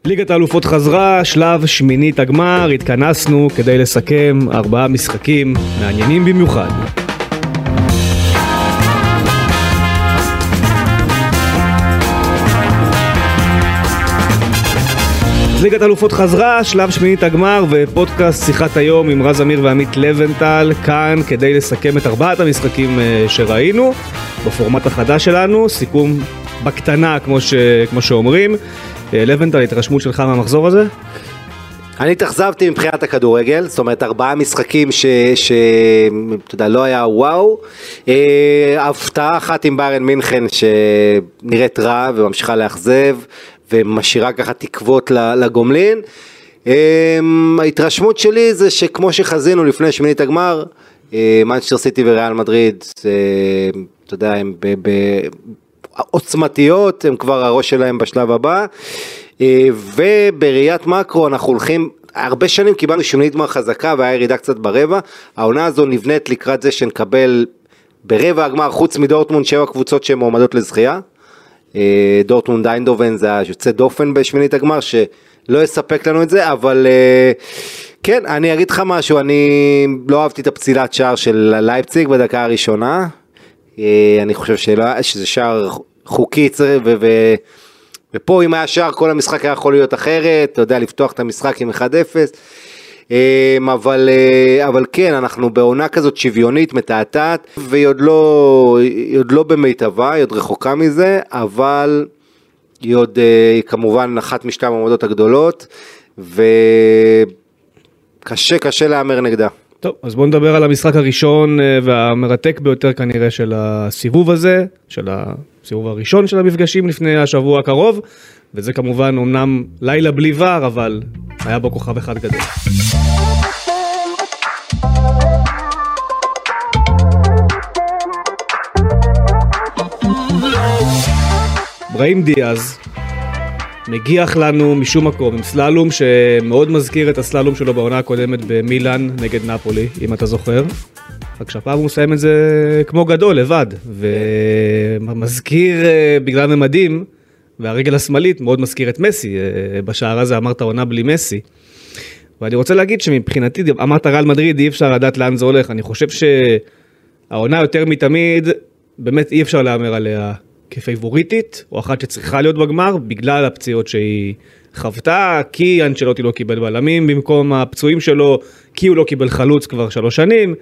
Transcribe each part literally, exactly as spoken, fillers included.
ליגת האלופות חזרה, שלב שמינית הגמר, התכנסנו כדי לסכם ארבעה משחקים מעניינים במיוחד. ליגת האלופות חזרה, שלב שמינית הגמר ופודקאסט שיחת היום עם רז אמיר ועמית לבנטל, כאן כדי לסכם את ארבעת המשחקים שראינו בפורמט החדש שלנו, סיכום בקטנה כמו, ש... כמו שאומרים. לבנטל, התרשמות שלך מהמחזור הזה? אני התאכזבתי מבחינת הכדורגל, זאת אומרת ארבעה משחקים ש... ש... אתה יודע, לא היה וואו, הפתעה אחת עם ביירן מינכן שנראית רע וממשיכה לאכזב, ומשאירה ככה תקוות לגומלין. ההתרשמות שלי זה שכמו שחזינו לפני שמינית הגמר, מנצ'סטר סיטי וריאל מדריד, אתה יודע, הם בעוצמתיות, הם כבר הראש שלהם בשלב הבא, ובראיית מקרו אנחנו הולכים, הרבה שנים קיבלנו שמינית גמר חזקה, והיה ירידה קצת ברבע, העונה הזו נבנית לקראת זה שנקבל ברבע הגמר, חוץ מדורטמונד, שבע קבוצות שהן מועמדות לזכייה, דורטמונד איינדהובן זה יוצא דופן בשמינית הגמר שלא יספק לנו את זה, אבל כן, אני אגיד לך משהו, אני לא אהבתי את הפצילת שער של לייפציג בדקה הראשונה, אני חושב שלא, שזה שער חוקי, ו, ו, ופה אם היה שער כל המשחק היה יכול להיות אחרת, אתה יודע, לפתוח את המשחק עם אחד אפס, אבל, אבל כן, אנחנו בעונה כזאת שוויונית, מתעתעת, והיא עוד לא, היא עוד לא במיטבה, היא עוד רחוקה מזה, אבל היא עוד כמובן אחת משתי המועמדות הגדולות, וקשה, קשה להאמר נגדה. טוב, אז בואו נדבר על המשחק הראשון והמרתק ביותר כנראה של הסיבוב הזה, של הסיבוב הראשון של המפגשים לפני השבוע הקרוב, וזה כמובן אומנם לילה בלי ור, אבל היה בו כוכב אחד גדול. בראים דיאז מגיח לנו משום מקום עם סללום שמאוד מזכיר את הסללום שלו בעונה הקודמת במילאן נגד נפולי, אם אתה זוכר. רק שהפעם הוא מסיים את זה כמו גדול, לבד, ומזכיר בגלל ממדים, והרגל השמאלית מאוד מזכיר את מסי, בשער הזה אמרת עונה בלי מסי. ואני רוצה להגיד שמבחינתי, אמרת ריאל מדריד, אי אפשר לדעת לאן זה הולך, אני חושב שהעונה יותר מתמיד, באמת אי אפשר לאמר עליה כפייבוריטית, או אחת שצריכה להיות בגמר, בגלל הפציעות שהיא חוותה, כי אנצ'לוטי לא קיבל בלמים במקום הפצועים שלו, כי הוא לא קיבל חלוץ כבר שלוש שנים,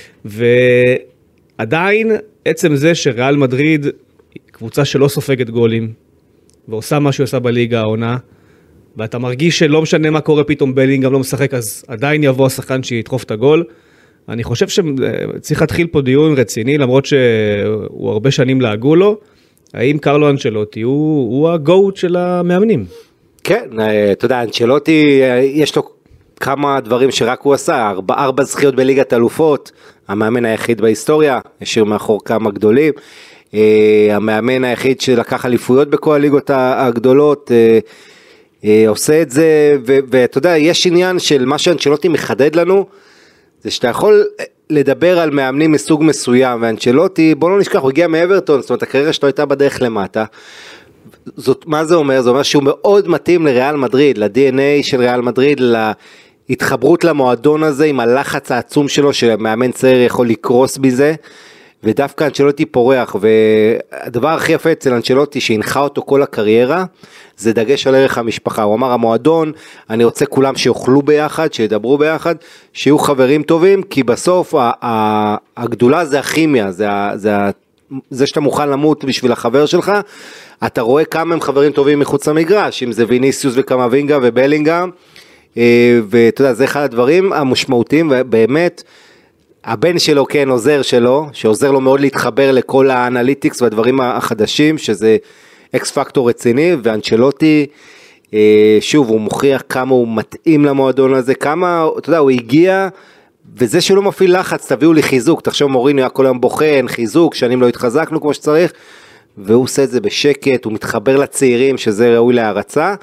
ועדיין עצם זה שריאל מדריד, קבוצה שלא סופגת גולים, ועושה מה שהוא עושה בליגה העונה, ואתה מרגיש שלא משנה מה קורה, פתאום בלינגהאם לא משחק, אז עדיין יבוא השחקן שידחוף את הגול. אני חושב שצריך להתחיל פה דיון רציני, למרות שהוא הרבה שנים לעגו לו, האם קרלו אנצ'לוטי הוא, הוא הגוט של המאמנים? כן, אתה יודע, אנצ'לוטי יש לו כמה דברים שרק הוא עשה, ארבע, ארבע זכיות בליגת אלופות, המאמן היחיד בהיסטוריה, השאיר מאחור כמה גדולים, Uh, המאמן היחיד שלקח אליפויות בכל הליגות הגדולות, uh, uh, עושה את זה, ואתה יודע, יש עניין של מה שאנצ'לוטי מחדד לנו, זה שאתה יכול לדבר על מאמנים מסוג מסוים, ואנצ'לוטי, בוא לא נשכח, הוא הגיע מאברטון, זאת אומרת, הקריירה שלו הייתה בדרך למטה, זאת, מה זה אומר? זה אומר שהוא מאוד מתאים לריאל מדריד, ל-די אן איי של ריאל מדריד, להתחברות למועדון הזה, עם הלחץ העצום שלו, שמאמן צעיר יכול לקרוס בזה, ודווקא אנצ'לוטי פורח, והדבר הכי יפה אצל אנצ'לוטי שהנחה אותו כל הקריירה, זה דגש על ערך המשפחה. הוא אמר, המועדון, אני רוצה כולם שיוכלו ביחד, שידברו ביחד, שיהיו חברים טובים, כי בסוף הגדולה זה הכימיה, זה, זה, זה שאתה מוכן למות בשביל החבר שלך, אתה רואה כמה הם חברים טובים מחוץ למגרש, אם זה ויניסיוס וקמבינגה ובלינגהאם, ואתה יודע, זה אחד הדברים המשמעותיים, ובאמת, הבן שלו כן עוזר שלו, שעוזר לו מאוד להתחבר לכל האנליטיקס והדברים החדשים, שזה אקס פקטור רציני, ואנצ'לוטי, שוב, הוא מוכיח כמה הוא מתאים למועדון הזה, כמה, אתה יודע, הוא הגיע, וזה שלא מפעיל לחץ, תביאו לי חיזוק, תחשוב מוריניו היה כל היום בוחן, חיזוק, שנים לא התחזקנו כמו שצריך, והוא עושה את זה בשקט, הוא מתחבר לצעירים, שזה ראוי להערצה,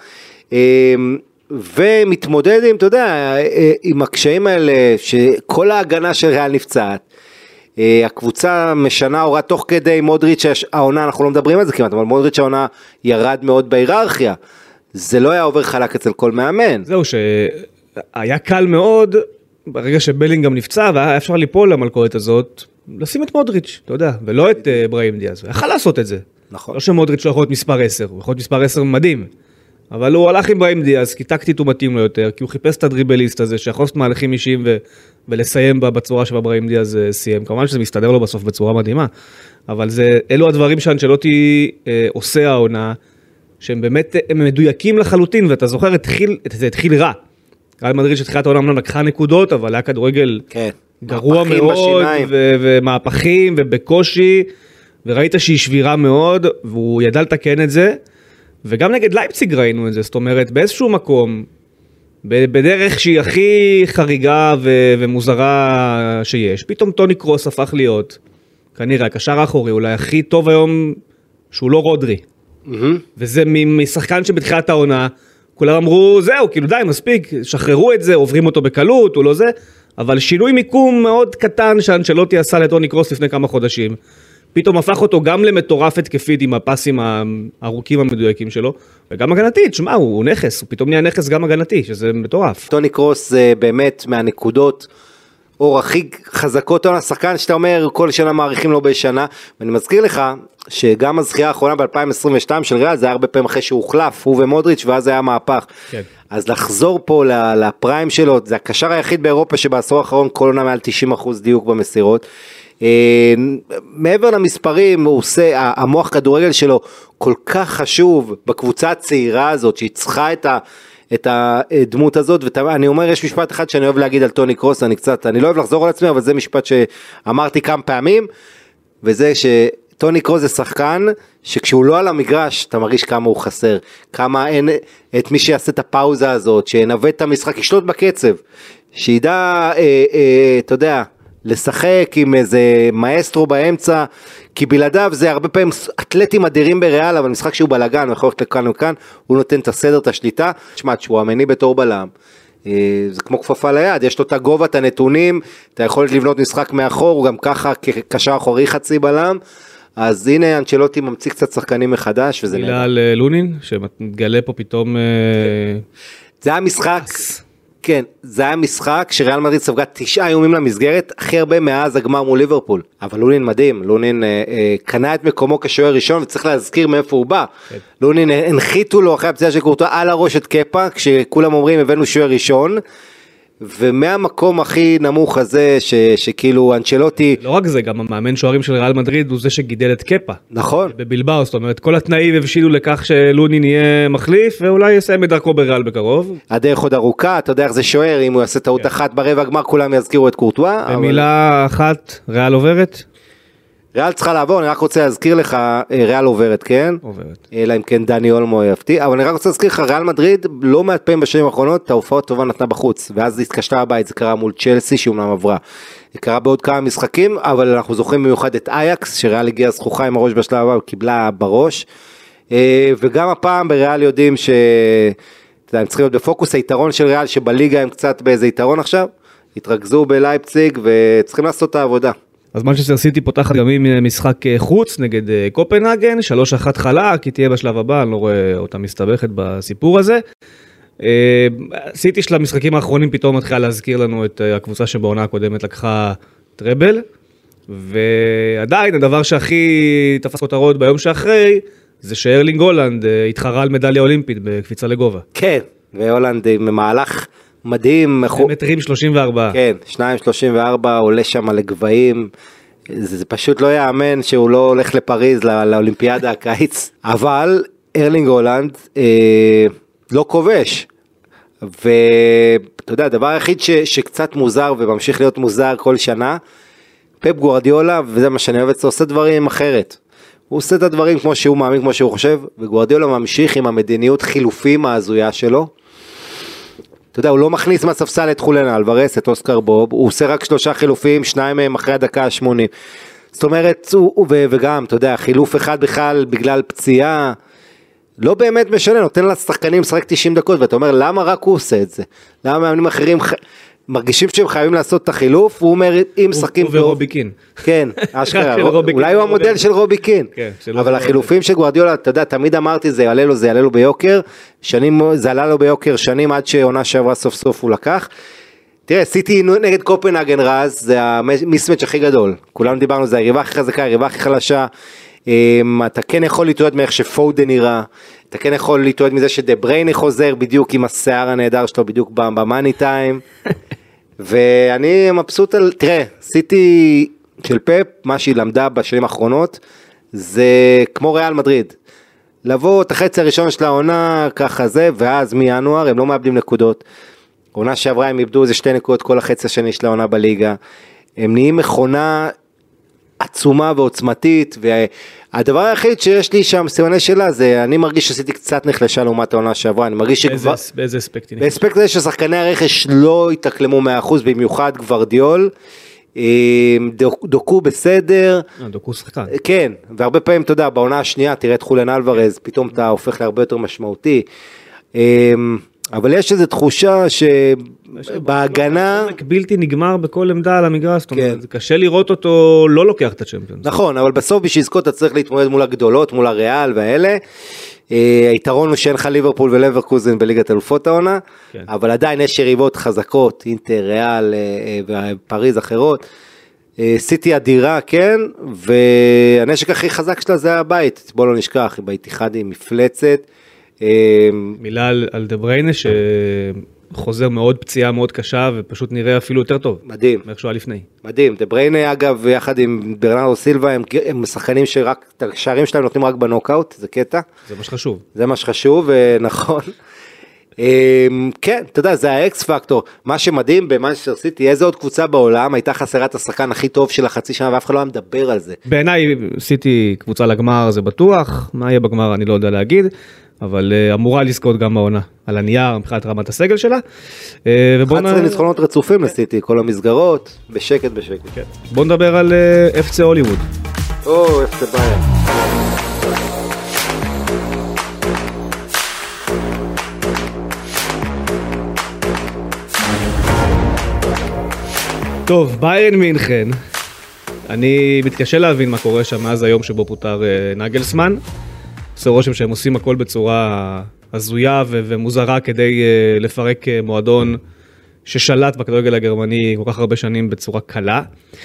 ומתמודד עם, אתה יודע, עם הקשיים האלה, שכל ההגנה של ריאל נפצעת, הקבוצה משנה הוראה תוך כדי מודריץ' העונה, אנחנו לא מדברים על זה כמעט, אבל מודריץ' העונה ירד מאוד בהיררכיה, זה לא היה עובר חלק אצל כל מאמן. זהו, שהיה קל מאוד, ברגע שבלינגהאם נפצע, והיה אפשר ליפול למלכודת הזאת, לשים את מודריץ', אתה יודע, ולא את ברהים דיאז, הוא יכל לעשות את זה. נכון. לא שמודריץ' לא יכול להיות מספר עשר, הוא יכול להיות מספר עשר מדהים, אבל הוא הלך עם ברהים דיאז, כי טקטית הוא מתאים לו יותר, כי הוא חיפש את הדריבליסט הזה, שיכול לעשות מהלכים אישיים ו... ולסיים בצורה שבה ברהים דיאז סיים. כמובן שזה מסתדר לו בסוף בצורה מדהימה, אבל זה, אלו הדברים שאנצ'לוטי אה, עושה העונה, שהם באמת הם מדויקים לחלוטין, ואתה זוכר, התחיל, זה התחיל רע. ריאל מדריד שתחילת העולם לא לקחה נקודות, אבל היה כדורגל כן. גרוע מאוד, ו- ומהפכים, ובקושי, וראית שהיא שבירה מאוד, והוא ידע לתקן את זה, וגם נגד לייפציג ראינו את זה, זאת אומרת, באיזשהו מקום, בדרך שהיא הכי חריגה ו- ומוזרה שיש, פתאום טוני קרוס הפך להיות, כנראה, הקשר האחורי, אולי הכי טוב היום, שהוא לא רודרי. Mm-hmm. וזה משחקן שבתחילת העונה, כולם אמרו, זהו, כאילו די, מספיק, שחררו את זה, עוברים אותו בקלות, הוא לא זה, אבל שינוי מיקום מאוד קטן שאנצ'לוטי עשה לטוני קרוס לפני כמה חודשים, פתאום הפך אותו גם למטורף התקפית עם הפסים הארוכים המדויקים שלו, וגם הגנתית, שמה, הוא, הוא נכס, הוא פתאום נהיה נכס גם הגנתי, שזה מטורף. טוני קרוס זה באמת מהנקודות אור הכי חזקות על השחקן, שאתה אומר כל שנה מעריכים לו בשנה, ואני מזכיר לך שגם הזכייה האחרונה ב-אלפיים עשרים ושתיים של ריאל, זה היה הרבה פעמים אחרי שהוא הוחלף, הוא ומודריץ', ואז היה מהפך. כן. אז לחזור פה לפריים שלו, זה הקשר היחיד באירופה שבעשור האחרון כל עונה מעל תשעים אחוז דיוק במסירות. מעבר למספרים, הוא עושה, המוח כדורגל שלו כל כך חשוב בקבוצה הצעירה הזאת, שהיא צריכה את ה... את הדמות הזאת, ואני אומר, יש משפט אחד שאני אוהב להגיד על טוני קרוס, אני קצת, אני לא אוהב לחזור על עצמי, אבל זה משפט שאמרתי כמה פעמים, וזה שטוני קרוס זה שחקן, שכשהוא לא על המגרש, אתה מרגיש כמה הוא חסר, כמה אין את מי שיעשה את הפאוזה הזאת, שינווט את המשחק, ישלוט בקצב, שידע, אה, אה, אתה יודע, לשחק עם איזה מאסטרו באמצע, כי בלעדיו זה הרבה פעמים אתלטים אדירים בריאל, אבל משחק שהוא בלגן, הוא יכול ללכת לכאן וכאן, הוא נותן את הסדר, את השליטה, תשמע, שהוא המני בתור בלם, זה כמו כפפה ליד, יש לו את הגובה, את הנתונים, את היכולת לבנות משחק מאחור, הוא גם ככה קשר אחורי חצי בלם, אז הנה אנצ'לוטי ממציא קצת שחקנים מחדש, וזה מילה על לונין, שמתגלה פה פתאום... זה היה משחק... כן, זה היה משחק שריאל מדריד ספגה תשעה איומים למסגרת, הכי הרבה מאז הגמר מול ליברפול. אבל לונין מדהים, לונין אה, אה, קנה את מקומו כשוער ראשון, וצריך להזכיר מאיפה הוא בא. כן. לונין הנחיתו לו אחרי הפציעה של קורטואה על הראש את קפה, כשכולם אומרים הבאנו שוער ראשון, ומהמקום הכי נמוך הזה, ש, שכאילו אנצ'לוטי... לא רק זה, גם המאמן שוערים של ריאל מדריד הוא זה שגידל את קפה. נכון. בבלבאו, זאת אומרת, כל התנאים הבשילו לכך שלונין יהיה מחליף, ואולי יסיים את דרכו בריאל בקרוב. הדרך עוד ארוכה, אתה יודע איך זה שוער, אם הוא יעשה טעות אחת ברבע הגמר, כולם יזכירו את קורטואה. במילה אחת, ריאל עוברת? ריאל צריכה לעבור, אני רק רוצה להזכיר לך, ריאל עוברת, כן? עוברת. אלא אם כן דני אולמו יפתיע, אבל אני רק רוצה להזכיר לך, ריאל מדריד לא מעט פעמים בשנים האחרונות, את ההופעות טובה נתנה בחוץ, ואז היא התקשתה הבית, זה קרה מול צ'לסי, שאומנם עברה. זה קרה בעוד כמה משחקים, אבל אנחנו זוכרים במיוחד את אייקס, שריאל הגיעה זכוכה עם הראש בשלב הבא, וקיבלה בראש, וגם הפעם בריאל יודעים ש... הם צריכים להיות בפוקוס, היתרון של ריאל, שבליגה הם קצת באיזה יתרון עכשיו, התרכזו בלייפציג, וצריכים לעשות את העבודה. אז מנצ'סטר סיטי פותחת גם עם משחק חוץ נגד קופנהגן, שלוש אחת חלק, היא תהיה בשלב הבא, אני לא רואה אותה מסתבכת בסיפור הזה. סיטי של המשחקים האחרונים פתאום מתחילה להזכיר לנו את הקבוצה שבעונה הקודמת לקחה טראבל, ועדיין הדבר שהכי תפס כותרות ביום שאחרי, זה שארלינג הולנד התחרה על מדליה אולימפית בקפיצה לגובה. כן, והולנד במהלך... מדהים. מטרים שלושים וארבע. כן, שניים שלושים וארבע, עולה שם לגבהים, זה, זה פשוט לא יאמן שהוא לא הולך לפריז, לא, לאולימפיאדה הקיץ, אבל ארלינג הולנד אה, לא כובש, ואתה יודע, הדבר היחיד ש, שקצת מוזר וממשיך להיות מוזר כל שנה, פפ גוארדיולה, וזה מה שאני אוהב אצלו, עושה דברים אחרת. הוא עושה את הדברים כמו שהוא מאמין, כמו שהוא חושב, וגוארדיולה ממשיך עם המדיניות חילופים ההזויה שלו, אתה יודע, הוא לא מכניס מהספסל את חולן אלוורס, את אוסקר בוב, הוא עושה רק שלושה חילופים, שניים מהם אחרי הדקה ה-שמונים. זאת אומרת, הוא, וגם, אתה יודע, חילוף אחד בכלל בגלל פציעה, לא באמת משנה, נותן לשחקנים לשחק תשעים דקות, ואתה אומר, למה רק הוא עושה את זה? למה מאמנים אחרים מרגישים שהם חייבים לעשות את החילוף, הוא אומר, אם משחקים טוב... ורובי קין. כן, אשכרה, אולי הוא המודל של רובי קין. אבל החילופים של גוארדיולה, אתה יודע, תמיד אמרתי, זה יעלה לו, זה יעלה לו ביוקר, זה עלה לו ביוקר שנים עד שעונה שעברה סוף סוף הוא לקח. תראה, סיטי נגד קופנהגן רז, זה המיסמץ' הכי גדול. כולנו דיברנו, זה היריבה הכי חזקה, היריבה הכי חלשה. אתה כן יכול להתראות מאיך שפודן נראה, אתה כן יכול להתראות מזה שדה בריינה חוזר בדיוק עם השיער הנהדר שלו, בדיוק במאני טיים. ואני מבסוט על, תראה, סיטי של פפ, מה שהיא למדה בשנים האחרונות, זה כמו ריאל מדריד. לבוא את החצי הראשון של העונה ככה זה, ואז מינואר הם לא מאבדים נקודות. עונה שעברה הם איבדו איזה שתי נקודות כל החצי השני של העונה בליגה. הם נהיים מכונה עצומה ועוצמתית, והדבר היחיד שיש לי שם סימני שלה, זה אני מרגיש שעשיתי קצת נחלשה לעומת העונה שעברה, אני מרגיש שכבר... באיזה אספקט? באספקט הזה ששחקני הרכש לא התאקלמו מאה אחוז, במיוחד גוורדיול, דוקו בסדר. דוקו שחקן. כן, והרבה פעמים, אתה יודע, בעונה השנייה, תראה את חולן אלוורז, פתאום אתה הופך להרבה יותר משמעותי. אבל יש איזו תחושה שבהגנה... בלתי נגמר בכל עמדה על המגרש, זאת אומרת, קשה לראות אותו, לא לוקח את הצ'מפיונס. נכון, אבל בסוף בשביל לזכות אתה צריך להתמודד מול הגדולות, מול הריאל והאלה. היתרון הוא שאין לך ליברפול ולברקוזן בליגת אלופות העונה, אבל עדיין יש יריבות חזקות, אינטר, ריאל ופריז אחרות. סיטי אדירה, כן, והנשק הכי חזק שלה זה הבית, בוא לא נשכח, באיתיחאד עם מפלצת. מילה על, על דה בריינה שחוזר מאוד פציעה מאוד קשה ופשוט נראה אפילו יותר טוב. מדהים. מאיך שהוא היה לפני. מדהים. דה בריינה אגב יחד עם ברנרדו סילבה הם, הם שחקנים שרק, את השערים שלהם נותנים רק בנוקאוט, זה קטע. זה מה שחשוב. זה מה שחשוב, נכון. כן, אתה יודע, זה האקס פקטור. מה שמדהים במנצ'סטר סיטי, איזה עוד קבוצה בעולם הייתה חסרת השחקן הכי טוב של החצי שנה, ואף אחד לא היה מדבר על זה. בעיניי סיטי קבוצה לגמר זה בטוח, מה יהיה בגמר אני לא יודע להגיד. אבל uh, אמורה לזכות גם בעונה, על הנייר, מבחינת רמת הסגל שלה. Uh, אחת עשרה ניצחונות רצופים לסיטי, כל המסגרות, בשקט בשקט. כן. בוא נדבר על uh, אף סי הוליווד. או, אף סי בייר. טוב, ביירן מינכן. אני מתקשה להבין מה קורה שם מאז היום שבו פוטר uh, נגלסמן. עושה רושם שהם עושים הכל בצורה הזויה ו- ומוזרה כדי uh, לפרק uh, מועדון ששלט בכדורגל הגרמני כל כך הרבה שנים בצורה קלה.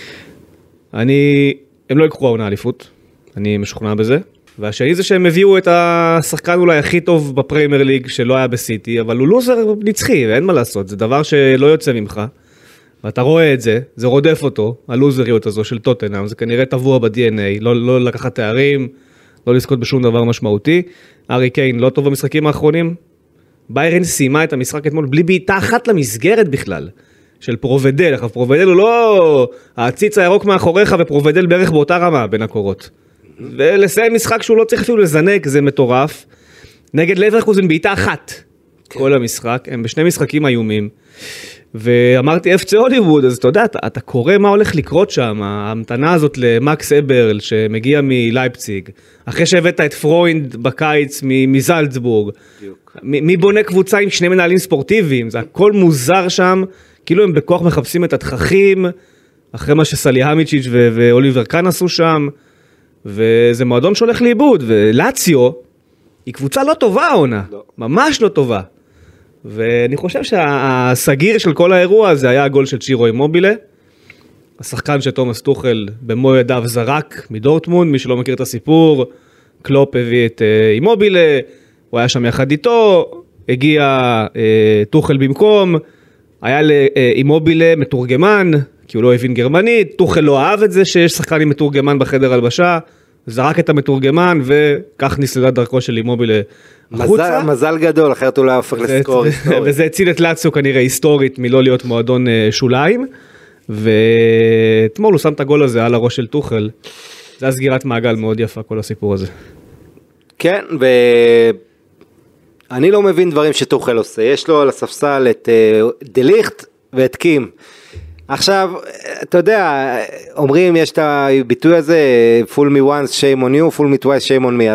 אני, הם לא יקחו העונה אליפות, אני משוכנע בזה. והשני זה שהם הביאו את השחקן אולי הכי טוב בפריימר ליג שלא היה בסיטי, אבל הוא לוזר נצחי ואין מה לעשות, זה דבר שלא יוצא ממך. ואתה רואה את זה, זה רודף אותו, הלוזריות הזו של טוטנהאם, זה כנראה טבוע ב-די אן איי, לא, לא לקחת תארים, לא לזכות בשום דבר משמעותי. ארי קיין לא טוב במשחקים האחרונים. ביירן סיימה את המשחק אתמול בלי בעיטה אחת למסגרת בכלל, של פרובדל. עכשיו פרובדל הוא לא הציץ הירוק מאחוריך ופרובדל בערך באותה רמה בין הקורות. ולסיים משחק שהוא לא צריך אפילו לזנק, זה מטורף. נגד לברקוזן בעיטה אחת. כל המשחק, הם בשני משחקים איומים. ואמרתי אף סי הוליווד, אז אתה יודע, אתה, אתה קורא מה הולך לקרות שם, ההמתנה הזאת למקס אברל שמגיע מלייפציג, אחרי שהבאת את פרוינד בקיץ מזלצבורג, מי בונה קבוצה עם שני מנהלים ספורטיביים, זה הכל מוזר שם, כאילו הם בכוח מחפשים את התככים, אחרי מה שסליהמיצ'יץ' ו- ואוליבר קאן עשו שם, וזה מועדון שהולך לאיבוד, ולאציו היא קבוצה לא טובה העונה, לא. ממש לא טובה. ואני חושב שהסגיר של כל האירוע הזה היה הגול של צ'ירו אימובילה, השחקן שתומאס טוחל במו ידיו זרק מדורטמונד, מי שלא מכיר את הסיפור, קלופ הביא את אימובילה, הוא היה שם יחד איתו, הגיע טוחל במקום, היה לאימובילה מתורגמן, כי הוא לא הבין גרמנית, טוחל לא אהב את זה שיש שחקן עם מתורגמן בחדר הלבשה, זרק את המתורגמן וכך נסללה דרכו של אימובילה החוצה. מזל גדול, אחרת הוא לא הופך לסקור היסטורי. וזה הציל את לאציו כנראה היסטורית מלא להיות מועדון שוליים, ואתמול הוא שם את הגול הזה על הראש של טוחל. זה הסגירת מעגל מאוד יפה כל הסיפור הזה. כן, ואני לא מבין דברים שטוחל עושה. יש לו על הספסל את דליכט ואת קים. עכשיו, אתה יודע, אומרים, יש את הביטוי הזה, fool me once, shame on you, fool me twice, shame on me, אז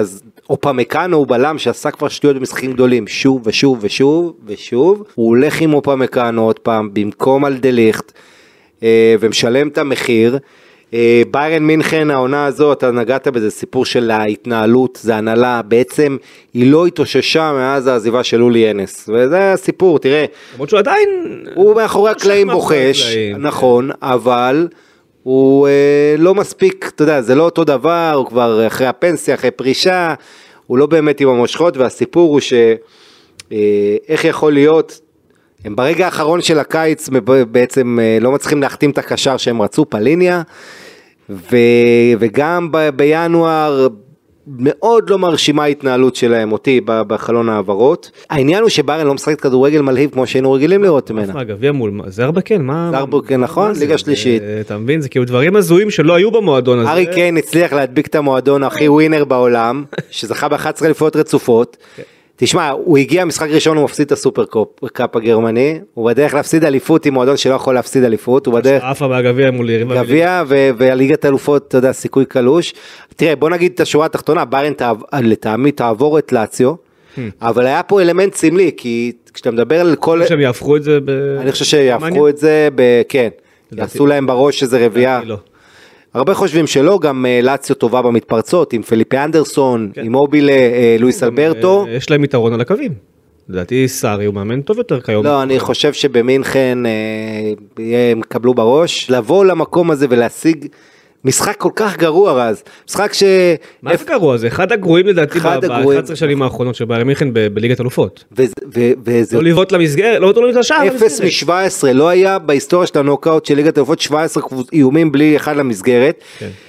אופמקאנו הוא בלם שעשה כבר שטויות במשחקים גדולים, שוב ושוב ושוב ושוב, הוא הולך עם אופמקאנו עוד פעם, במקום על דליכט, ומשלם את המחיר. ביירן מינכן, העונה הזאת, אתה נגעת בזה, סיפור של ההתנהלות, זה הנהלה, בעצם היא לא התאוששה מאז העזיבה של אולי אנס, וזה הסיפור, תראה. למרות שהוא עדיין... הוא מאחורי הקלעים בוחש, נכון, אבל הוא לא מספיק, אתה יודע, זה לא אותו דבר, הוא כבר אחרי הפנסיה, אחרי פרישה, הוא לא באמת עם המושכות, והסיפור הוא שאיך יכול להיות, הם ברגע האחרון של הקיץ בעצם לא מצליחים להחתים את הקשר שהם רצו, פליניה, ו, וגם ב, בינואר מאוד לא מרשימה ההתנהלות שלהם אותי בחלון העברות. העניין הוא שביירן לא משחקת כדורגל מלהיב כמו שהיינו רגילים לראות ממנה. מה, גביע מול זרבקן? מה? זרבקן, נכון, ליגה שלישית. אתה מבין, זה כאילו דברים הזויים שלא היו במועדון הזה. ארי קיין הצליח להדביק את המועדון הכי ווינר בעולם, שזכה ב-אחת עשרה אליפויות רצופות. תשמע, הוא הגיע משחק ראשון, הוא מפסיד את הסופר קאפ הגרמני, הוא בדרך להפסיד אליפות עם מועדון שלא יכול להפסיד אליפות, הוא בדרך... שעפה מהגביע מול יריבה. גביע והליגת אלופות, אתה יודע, סיכוי קלוש. תראה, בוא נגיד את השורה התחתונה, ביירן לטעמי תעבור את לאציו, אבל היה פה אלמנט סמלי, כי כשאתה מדבר על כל... אני חושב שהם יהפכו את זה ב... אני חושב שיהפכו את זה ב... כן, יעשו להם בראש שזה רביעה. הרבה חושבים שלא, גם לאציו טובה במתפרצות, עם פליפה אנדרסון, עם מובילה, לואיס אלברטו. יש להם יתרון על הקווים. לדעתי סארי הוא מאמן טוב יותר כיום. לא, אני חושב שבמינכן הם קבלו בראש, לבוא למקום הזה ולהשיג משחק כל כך גרוע אז. משחק ש... מה זה גרוע? זה אחד הגרועים לדעתי ב-אחת עשרה שנים האחרונות של ביירן מינכן בליגת אלופות. לא לבעוט למסגרת, לא לבעוט לשער. אפס משבע עשרה, לא היה בהיסטוריה של הנוקאוט של ליגת אלופות שבע עשרה איומים בלי אחד למסגרת.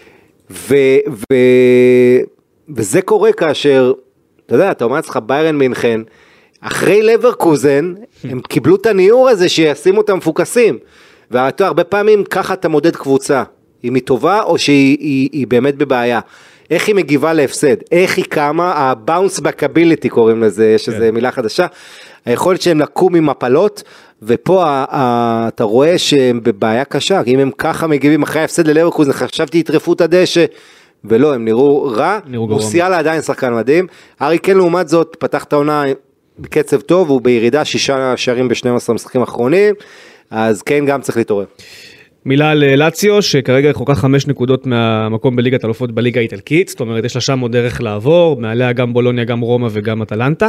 וזה קורה כאשר, אתה יודע, אתה אומר לך ביירן מינכן, אחרי לברקוזן, הם קיבלו את הניעור הזה שישימו אותם מפוקסים. ואתה הרבה פעמים ככה אתה מודד קבוצה. אם היא טובה או שהיא היא, היא באמת בבעיה. איך היא מגיבה להפסד? איך היא קמה? ה-bounce back ability קוראים לזה, יש כן. איזו מילה חדשה. היכולת שהם לקום עם מפלות, ופה ה- ה- אתה רואה שהם בבעיה קשה, אם הם ככה מגיבים אחרי ההפסד ללברקוזן, חשבתי יטרפו את הדשא, ולא, הם נראו רע. מוסיאלה עדיין שחקן מדהים. ארי קיין לעומת זאת, פתח את העונה בקצב טוב, הוא בירידה שישה שערים ב-שנים עשר משחקים האחרונים, אז קיין גם צריך להתעורר. מילה על לאציו, שכרגע רחוקה חמש נקודות מהמקום בליגת אלופות בליגה האיטלקית, זאת אומרת, יש לה שם עוד דרך לעבור, מעליה גם בולוניה, גם רומא וגם אטלנטה,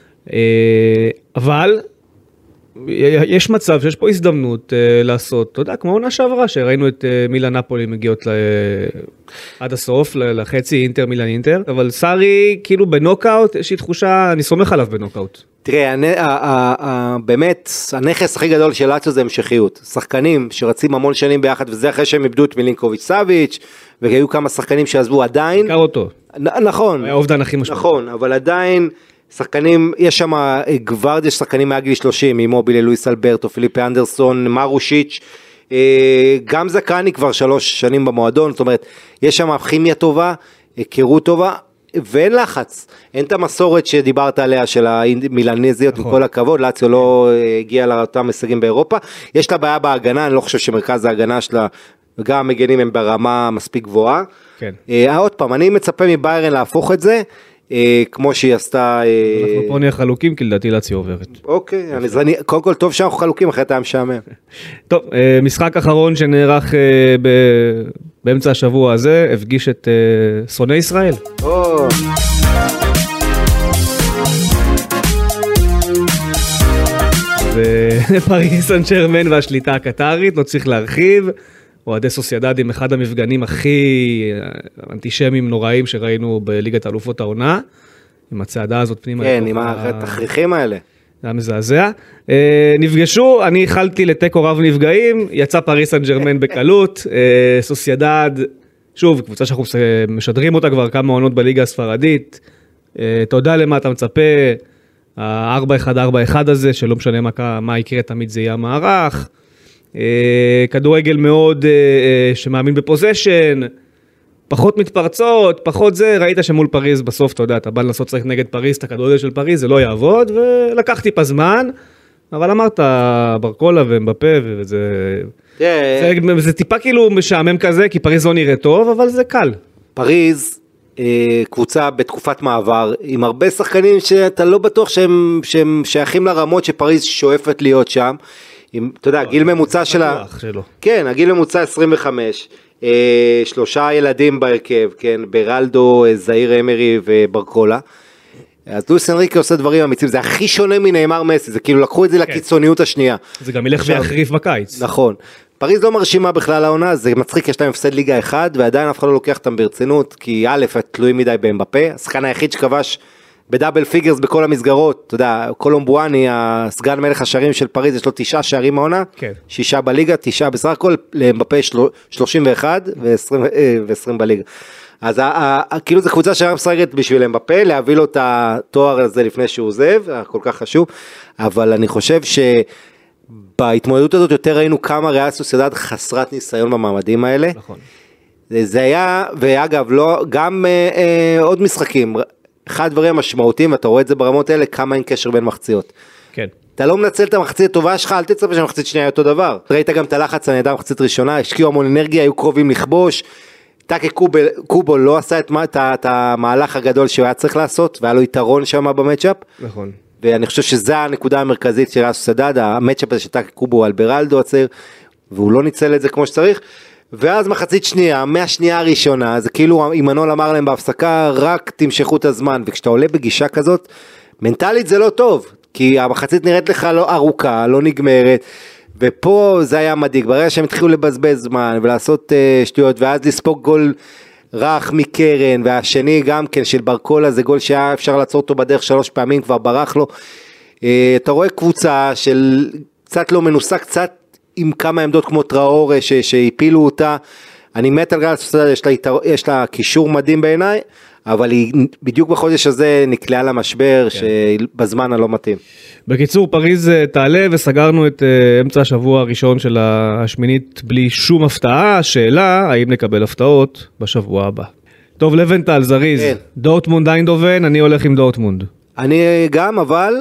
אבל יש מצב שיש פה הזדמנות לעשות, אתה יודע, כמו עונה שעברה, שראינו את מילאן נפולי מגיעות עד הסוף, לחצי אינטר מילאן אינטר, אבל סארי כאילו בנוקאוט, יש לי תחושה, אני סומך עליו בנוקאוט. תראה, באמת, הנכס הכי גדול של לאציו זה המשכיות. שחקנים שרצים המון שנים ביחד, וזה אחרי שהם איבדו את מילינקוביץ' סאביץ', והיו כמה שחקנים שעזבו עדיין. בעיקר אותו. נכון. היה אובדן הכי משמעותי. נכון, אבל עדיין, שחקנים, יש שם גווארדיה שחקנים מהגיל שלושים, ממובילה, לואיס אלברטו, פיליפה אנדרסון, מרושיץ', גם זקני כבר שלוש שנים במועדון, זאת אומרת, יש שם כימיה טובה, היכרות טובה, ואין לחץ, אין את המסורת שדיברת עליה של המילנזיות, עם כל הכבוד, לאציו לא הגיע לאותם הישגים באירופה, יש לה בעיה בהגנה, אני לא חושב שמרכז ההגנה שלה, וגם המגנים הם ברמה מספיק גבוהה, כן. עוד פעם, אני מצפה מביירן להפוך את זה, כמו שהיא עשתה... אנחנו פה נהיה חלוקים, כי לדעתי לאציו עוברת. אוקיי, קודם כל טוב שאנחנו חלוקים, אחרי אתה משעמם. טוב, משחק אחרון שנערך באמצע השבוע הזה, הפגיש את שונאי ישראל. פריס סן ז'רמן והשליטה הקטרית, לא צריך להרחיב, אוהדי סוסיידד עם אחד המפגנים הכי אנטישמיים נוראים שראינו בליגת האלופות העונה, עם הצעדה הזאת פנימה. כן, עם התכריכים האלה. זה היה מזעזע. נפגשו, אני החלתי לתיקו רב נפגעים, יצא פריס סן ז'רמן בקלות, סוסיידד, שוב, קבוצה שאנחנו משדרים אותה כבר כמה עונות בליגה הספרדית, אתה יודע למה אתה מצפה, ה-ארבע אחד ארבע אחד הזה, שלא משנה מה, מה יקרה, תמיד זה יהיה המערך, כדורגל מאוד שמאמין בפוזיישן, פחות מתפרצות, פחות זה, ראית שמול פריז בסוף, אתה יודע, אתה בא לנסות צריך נגד פריז, את הכדורגל של פריז, זה לא יעבוד, ולקחתי פה זמן, אבל אמרת, ברקולה ומבפה, וזה זה, זה טיפה כאילו משעמם כזה, כי פריז לא נראה טוב, אבל זה קל. פריז, קבוצה בתקופת מעבר, עם הרבה שחקנים שאתה לא בטוח שהם, שהם שייכים לרמות שפריז שואפת להיות שם, עם, אתה יודע, גיל ממוצע שלה, כן, הגיל ממוצע עשרים וחמש, שלושה ילדים בהרכב, כן, ברלדו, זעיר אמרי וברקולה, אז לואיס אנריקי עושה דברים אמיצים, זה הכי שונה מנאמר מסי, זה כאילו לקחו את זה לקיצוניות השנייה. זה גם ילך ויחריף בקיץ. נכון. פריז לא מרשימה בכלל העונה, זה מצחיק, יש להם הפסד ליגה אחד, ועדיין אף אחד לא לוקח אותם ברצינות, כי א', תלויים מדי באמבפה, השחקן היחיד שכבש בדאבל פיגרס בכל המסגרות, אתה יודע, קולומבואני, הסגן מלך השערים של פריז, יש לו תשעה שערים העונה, כן. שישה בליגה, תשעה בסך הכל, לאמבפה שלושים ואחת ו-עשרים בליגה. אז כאילו זו קבוצה שהיה משחקת בשביל אמבפה, להביא לו את התואר הזה לפני שהוא עוזב, כל כך חשוב, אבל אני חושב ש... בהתמודדות הזאת יותר ראינו כמה ריאל סוסיידד חסרת ניסיון במעמדים האלה. נכון. זה היה, ואגב, לא, גם אה, אה, עוד משחקים, אחד הדברים המשמעותיים, ואתה רואה את זה ברמות האלה, כמה אין קשר בין מחציות. כן. אתה לא מנצל את המחצית הטובה שלך, אל תצפה שהמחצית שנייה אותו דבר. ראית גם את הלחץ הנהדר במחצית ראשונה, השקיעו המון אנרגיה, היו קרובים לכבוש, טאקה קובו, קובו לא עשה את, את, את המהלך הגדול שהוא היה צריך לעשות, והיה לו יתרון שם במצ'אפ. נכון. ואני חושב שזו הנקודה המרכזית של ריאל סוסיידד, המצ'אפ הזה שטאקה קובו על ברלדו הצעיר, והוא לא ניצל את זה כמו שצריך, ואז מחצית שנייה, מהשנייה הראשונה, זה כאילו אימנול אמר להם בהפסקה, רק תמשכו את הזמן, וכשאתה עולה בגישה כזאת, מנטלית זה לא טוב, כי המחצית נראית לך לא ארוכה, לא נגמרת, ופה זה היה מדאיג, ברגע שהם התחילו לבזבז זמן, ולעשות uh, שטויות, ואז לספוג גול רך מקרן, והשני גם כן של ברקולה, זה גול שהיה אפשר לעצור אותו בדרך שלוש פעמים, כבר ברח לו, uh, אתה רואה קבוצה של קצת לא מנוסה, קצת עם כמה עמדות כמו טראור שהפילו אותה, אני מת על ריאל סוסיידד, יש לה, יש לה קישור מדהים בעיניי, אבל היא בדיוק בחודש הזה נקלעה למשבר כן. שבזמן הלא מתאים. בקיצור, פריז תעלה וסגרנו את אמצע השבוע הראשון של השמינית בלי שום הפתעה, השאלה האם נקבל הפתעות בשבוע הבא. טוב, לבנטל, זריז, כן. דורטמונד איינדובן, אני הולך עם דורטמונד. אני גם, אבל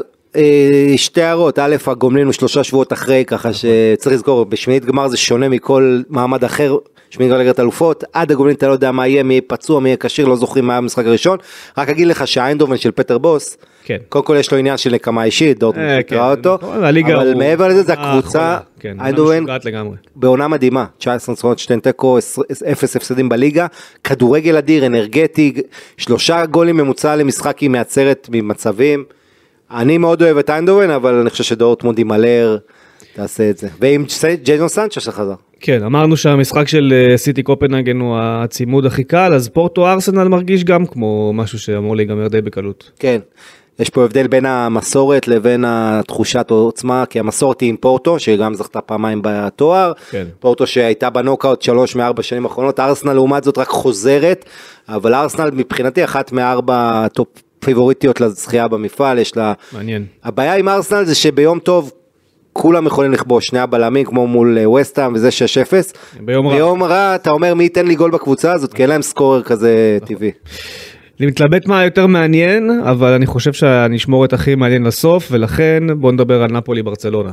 שתי הערות, א', הגומלין הוא שלושה שבועות אחרי, ככה שצריך לזכור, בשמינית גמר זה שונה מכל מעמד אחר, שמינית גמר ליגת אלופות, עד הגומלין אתה לא יודע מה יהיה, מי יהיה פצוע, מי יהיה קשיר, לא זוכרים מה היה במשחק הראשון, רק אגיד לך שהאיינדובן של פטר בוס, כן. קודם כל יש לו עניין של נקמה אישית, דורטמונד אה, תקרא כן. אותו, אבל הוא... מעבר לזה זה הקבוצה, כן, איינדובן בעונה מדהימה, תשע עשרה ניצחונות, שתי תיקו, אפס הפסדים בליגה, כדורגל אדיר, אנרגטי, שלושה גולים ממוצע למשחק היא מייצרת ממצבים, אני מאוד אוהב את איינדובן, אבל אני חושב שדורטמונד עם אלר, תעשה את זה. ועם ג'יידון סנצ'ו שחזר. כן, אמרנו שהמשחק של סיטי קופנהגן הוא הצימוד הכי קל, אז פורטו ארסנל מרגיש גם כמו משהו שאמור להיגמר די בקלות. כן, יש פה הבדל בין המסורת לבין התחושת עוצמה, כי המסורת היא עם פורטו, שגם זכתה פעמיים בתואר, כן. פורטו שהייתה בנוקאוט שלוש מארבע שנים האחרונות, ארסנל לעומת זאת רק חוזרת, אבל ארסנל מבחינתי אחת מארבע טופ פיבוריטיות לזכייה במפעל, יש לה... מעניין. הבעיה עם ארסנל זה שביום טוב, כולם יכולים לכבוש, שני הבלמים, כמו מול ווסטהאם, וזה שש אפס. ביום רע. ביום רע, אתה אומר, מי ייתן לי גול בקבוצה הזאת, כי אין להם סקורר כזה טבעי. אני מתלבט מה יותר מעניין, אבל אני חושב שאני אשמור את הכי מעניין לסוף, ולכן בואו נדבר על נפולי ברצלונה.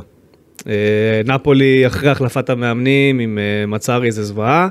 נפולי אחרי החלפת המאמנים, עם מצארי זה זוועה,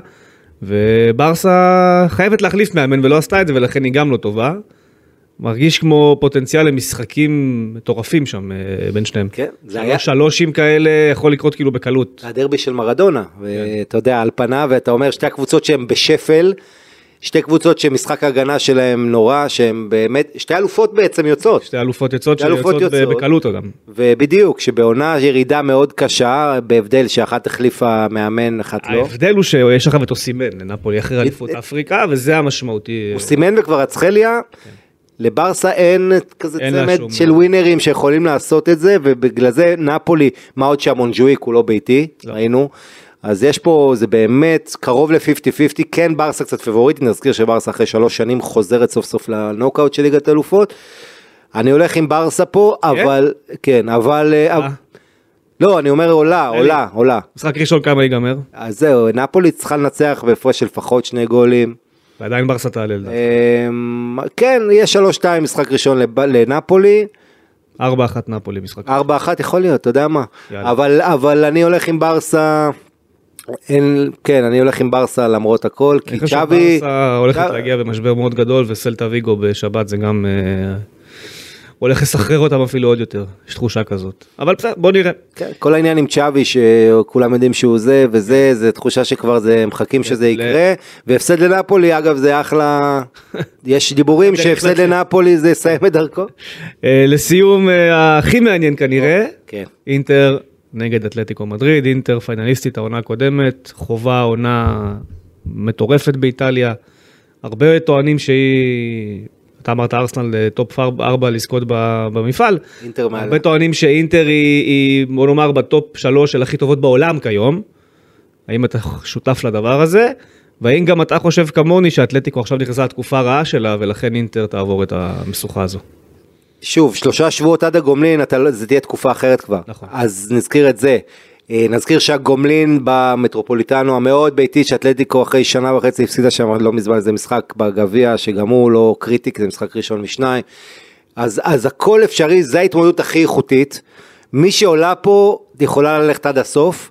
וברסה חייבת להחליף מאמן, ולא עשתה את זה, ולכן היא גם לא טובה. מרגיש כמו פוטנציאל למשחקים מטורפים שם בין שניהם. כן, זה היה... שלושים כאלה יכול לקרות כאילו בקלות. הדרבי של מרדונה, ואתה יודע, על פניו, ואתה אומר שתי הקבוצות שהן בשפל, שתי קבוצות שמשחק ההגנה שלהם נורא, שהן באמת, שתי אלופות בעצם יוצאות. שתי אלופות יוצאות שיוצאות בקלות גם. ובדיוק, שבעונה ירידה מאוד קשה, בהבדל שאחת החליפה מאמן, אחת לא. ההבדל הוא שיש עכשיו את אוסימן, לנפולי, אחרי אליפות אפריקה, וזה המשמעותי. אוסימן וכבר הצחליה, לברסה אין כזה צמד של ווינרים שיכולים לעשות את זה, ובגלל זה נפולי, מה עוד שהמונג'ויק הוא לא ביתי, ראינו, אז יש פה, זה באמת קרוב ל-חמישים חמישים, כן ברסה קצת פבוריטי, נזכיר שברסה אחרי שלוש שנים חוזרת סוף סוף לנוקאוט של ליגת האלופות, אני הולך עם ברסה פה, אבל, כן, אבל, לא, אני אומר עולה, עולה, עולה. משחק ראשון כמה ייגמר? אז זהו, נפולי צריכה לנצח בהפרש של לפחות שני גולים, ועדיין ברסה תעלה. כן, יש שלוש שתיים משחק ראשון לנפולי. ארבע אחת נפולי משחק. ארבע אחת יכול להיות, אתה יודע מה. אבל אני הולך עם ברסה, אין, כן, אני הולך עם ברסה למרות הכל, כי צ'אבי... ברסה הולכת להגיע במשבר מאוד גדול, וסלטה ויגו בשבת זה גם... הולך לסחרר אותם אפילו עוד יותר, יש תחושה כזאת. אבל בסדר, בוא נראה. כן, כל העניין עם צ'אבי, שכולם יודעים שהוא זה וזה, זה תחושה שכבר זה מחכים שזה יקרה, והפסד לנאפולי, אגב, זה אחלה, יש דיבורים שהפסד לנאפולי זה יסיים את דרכו. לסיום, הכי מעניין כנראה, אינטר נגד אתלטיקו מדריד, אינטר פיינליסטית, העונה הקודמת, חובה עונה מטורפת באיטליה, הרבה טוענים שהיא... אתה אמרת ארסנל טופ ארבע לזכות במפעל, הרבה טוענים שאינטר היא, בוא נאמר, בטופ שלוש של הכי טובות בעולם כיום, האם אתה שותף לדבר הזה, והאם גם אתה חושב כמוני שאתלטיקו עכשיו נכנסה לתקופה רעה שלה, ולכן אינטר תעבור את המשוכה הזו? שוב, שלושה שבועות עד הגומלין, זה תהיה תקופה אחרת כבר, נכון. אז נזכיר את זה, נזכיר שהגומלין במטרופוליטנו המאוד ביתי, שאתלטיקו אחרי שנה וחצי הפסידה שם לא מזמן, זה משחק בגביע שגם הוא לא קריטי, זה משחק ראשון משניים, אז, אז הכל אפשרי, זה ההתמודדות הכי איכותית, מי שעולה פה יכולה ללכת עד הסוף,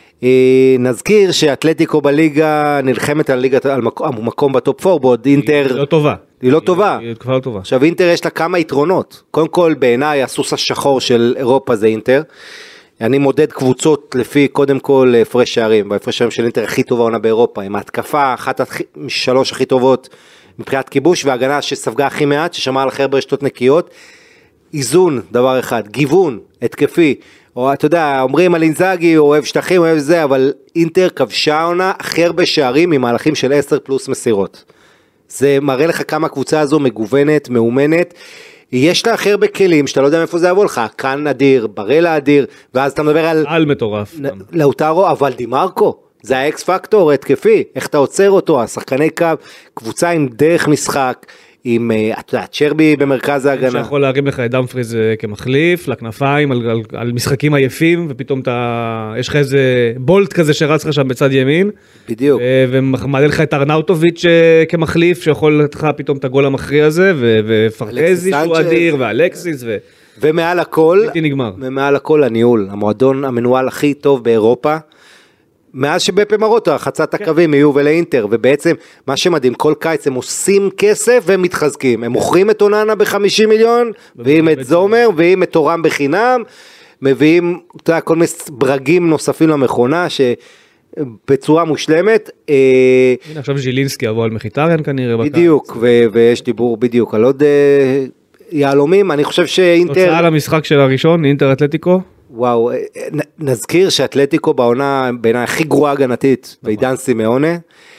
נזכיר שאתלטיקו בליגה נלחמת על ליגת, על מקום, מקום בטופ ארבע, בעוד אינטר... היא לא טובה. היא לא טובה. היא כבר לא טובה. עכשיו אינטר יש לה כמה יתרונות, קודם כל בעיניי הסוס השחור של אירופה זה אינטר, אני מודד קבוצות לפי קודם כל הפרש שערים, בהפרש שערים של אינטר הכי טובה עונה באירופה, עם ההתקפה, אחת משלוש הכי טובות מבחינת כיבוש, והגנה שספגה הכי מעט, ששמעה על הכי הרבה רשתות נקיות, איזון דבר אחד, גיוון, התקפי, או אתה יודע, אומרים על אינזאגי, הוא אוהב שטחים, הוא אוהב זה, אבל אינטר כבשה עונה הכי הרבה שערים, עם מהלכים של עשר פלוס מסירות. זה מראה לך כמה הקבוצה הזו מגוונת, מאומנת, יש לה הכי הרבה כלים, שאתה לא יודע מאיפה זה יבוא לך, כאן אדיר, ברלה אדיר, ואז אתה מדבר על... על מטורף. לאוטרו, אבל דימרקו, זה האקס פקטור, התקפי, איך אתה עוצר אותו, השחקני קו, קבוצה עם דרך משחק, עם, אתה יודע, צ'רבי במרכז ההגנה. שיכול להרים לך את דמפריז כמחליף, לכנפיים, על, על, על משחקים עייפים, ופתאום אתה, יש לך איזה בולט כזה שרץ לך שם בצד ימין. בדיוק. ומעלה לך את ארנאוטוביץ' כמחליף, שיכול לתת לך פתאום את הגול המכריע הזה, ופרטזי שהוא אדיר, ואלקסיס, ו... ומעל הכל, נגמר. ומעל הכל הניהול, המועדון המנוהל הכי טוב באירופה, מאז שבפה מרוטו, חצת הקווים יהיו ולאינטר, ובעצם מה שמדהים, כל קיץ הם עושים כסף והם מתחזקים, הם מוכרים את אוננה ב-חמישים מיליון, מביאים את זומר, מביאים את תורם בחינם, מביאים כל מיני ברגים נוספים למכונה, שבצורה מושלמת. הנה עכשיו ז'ילינסקי עבור על מחיטריאן כנראה בקיץ. בדיוק, ויש דיבור בדיוק על עוד יעלומים, אני חושב שאינטר... תוצאה למשחק של הראשון, אינטר אתלטיקו. וואו, נזכיר שאתלטיקו בעונה בעיניי הכי גרועה הגנתית בעידן סימאונה,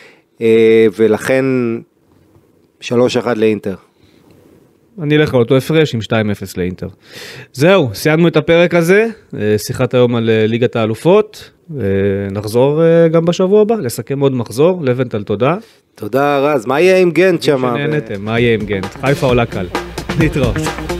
ולכן שלוש אחת לאינטר. אני אלך על אותו הפרש עם שתיים אפס לאינטר. זהו, סיימנו את הפרק הזה, שיחת היום על ליגת האלופות, נחזור גם בשבוע הבא, לסכם עוד מחזור, לבנטל תודה. תודה רז, מה יהיה עם גנט שם? שנהנתם, מה יהיה עם גנט? חיפה עולה קל. נתראות.